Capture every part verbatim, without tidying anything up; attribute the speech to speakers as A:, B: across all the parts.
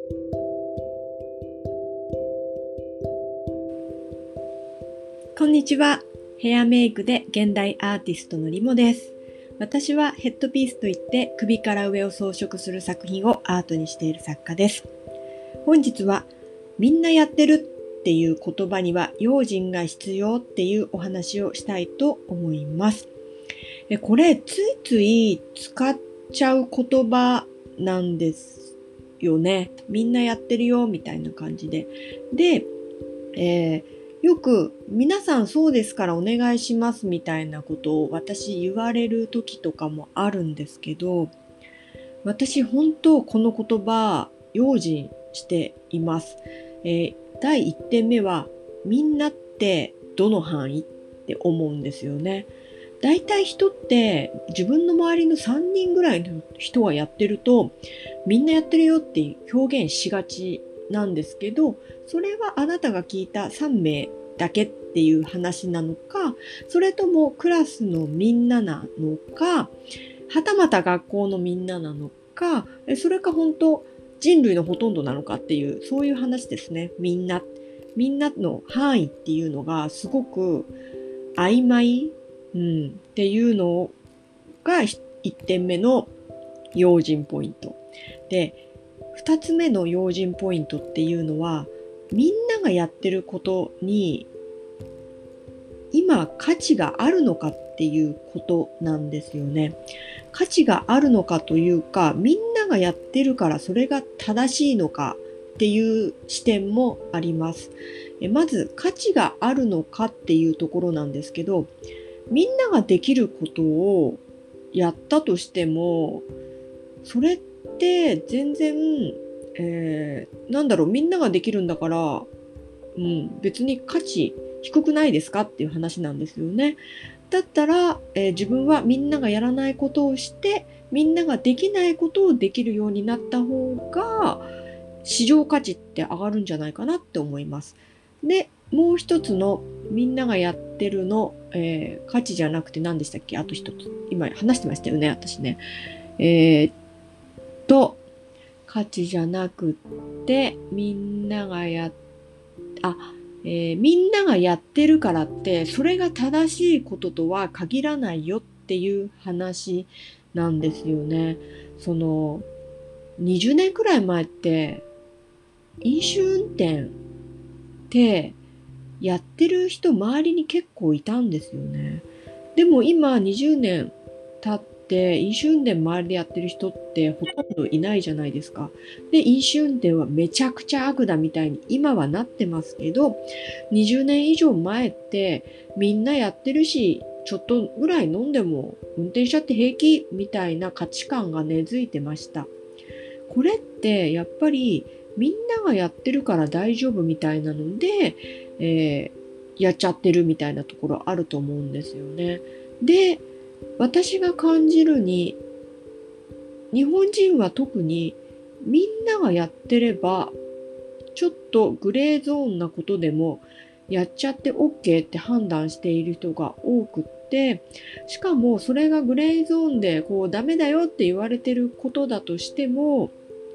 A: こんにちは。ヘアメイクで現代アーティストのリモです。私はヘッドピースといって首から上を装飾する作品をアートにしている作家です。本日はみんなやってるっていう言葉には用心が必要っていうお話をしたいと思います。これついつい使っちゃう言葉なんですよね。みんなやってるよみたいな感じで。で、えーよく皆さんそうですからお願いしますみたいなことを私言われる時とかもあるんですけど、私本当この言葉用心しています。えー、だいいってんめはみんなってどの範囲って思うんですよね。だいたい人って自分の周りのさんにんぐらいの人がやってるとみんなやってるよって表現しがちなんですけど、それはあなたが聞いたさんめいだけっていう話なのか、それともクラスのみんななのか、はたまた学校のみんななのか、それか本当人類のほとんどなのかっていう、そういう話ですね。みんな。みんなの範囲っていうのがすごく曖昧、うん、っていうのがいってんめの用心ポイント。で、ふたつめの用心ポイントっていうのは、みんながやってることに今価値があるのかっていうことなんですよね。価値があるのかというか、みんながやってるからそれが正しいのかっていう視点もあります。まず価値があるのかっていうところなんですけど、みんなができることをやったとしても、それって全然、えー、なんだろう、みんなができるんだから、うん、別に価値低くないですかっていう話なんですよね。だったら、えー、自分はみんながやらないことをして、みんなができないことをできるようになった方が、市場価値って上がるんじゃないかなって思います。で、もう一つのみんながやってるの、えー、価値じゃなくて何でしたっけ？あと一つ。今話してましたよね、私ね。えー、っと、価値じゃなくって、みんながやっ、あ、えー、みんながやってるからって、それが正しいこととは限らないよっていう話なんですよね。その、にじゅうねんくらい前って、飲酒運転ってやってる人周りに結構いたんですよね。でも今にじゅうねん経って飲酒運転周りでやってる人ってほとんどいないじゃないですか。で、飲酒運転はめちゃくちゃ悪だみたいに今はなってますけど、にじゅうねん以上前ってみんなやってるし、ちょっとぐらい飲んでも運転しちゃって平気みたいな価値観が根付いてました。これってやっぱりみんながやってるから大丈夫みたいなので、えーやっちゃってるみたいなところあると思うんですよね。で、私が感じるに、日本人は特にみんながやってれば、ちょっとグレーゾーンなことでもやっちゃって OK って判断している人が多くって、しかもそれがグレーゾーンでこうダメだよって言われてることだとしても、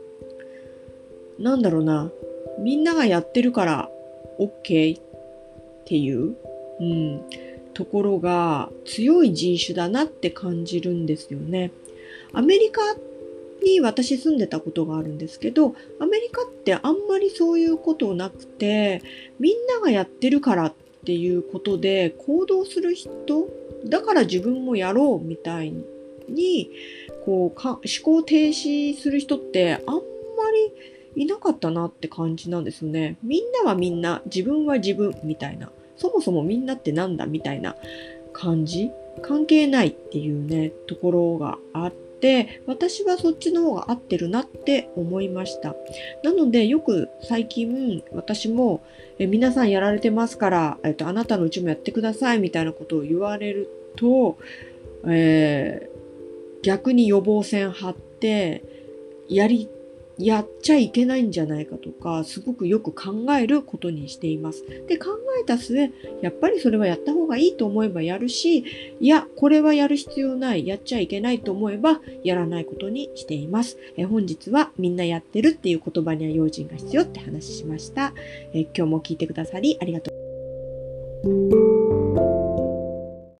A: なんだろうな、みんながやってるから OK っていう、うん、ところが強い人種だなって感じるんですよね。アメリカに私住んでたことがあるんですけど、アメリカってあんまりそういうことなくて、みんながやってるからっていうことで行動する人、だから自分もやろうみたいに、こうか思考停止する人ってあんまりいなかったなって感じなんですよね。みんなはみんな、自分は自分みたいな。そもそもみんなってなんだみたいな感じ、関係ないっていうね、ところがあって、私はそっちの方が合ってるなって思いました。なのでよく最近私もえ皆さんやられてますから、えっと、あなたのうちもやってくださいみたいなことを言われると、えー、逆に予防線張ってやりやっちゃいけないんじゃないかとか、すごくよく考えることにしています。で、考えた末、やっぱりそれはやった方がいいと思えばやるし、いや、これはやる必要ない、やっちゃいけないと思えばやらないことにしています。え本日はみんなやってるっていう言葉には用心が必要って話しました。え今日も聞いてくださりありがとう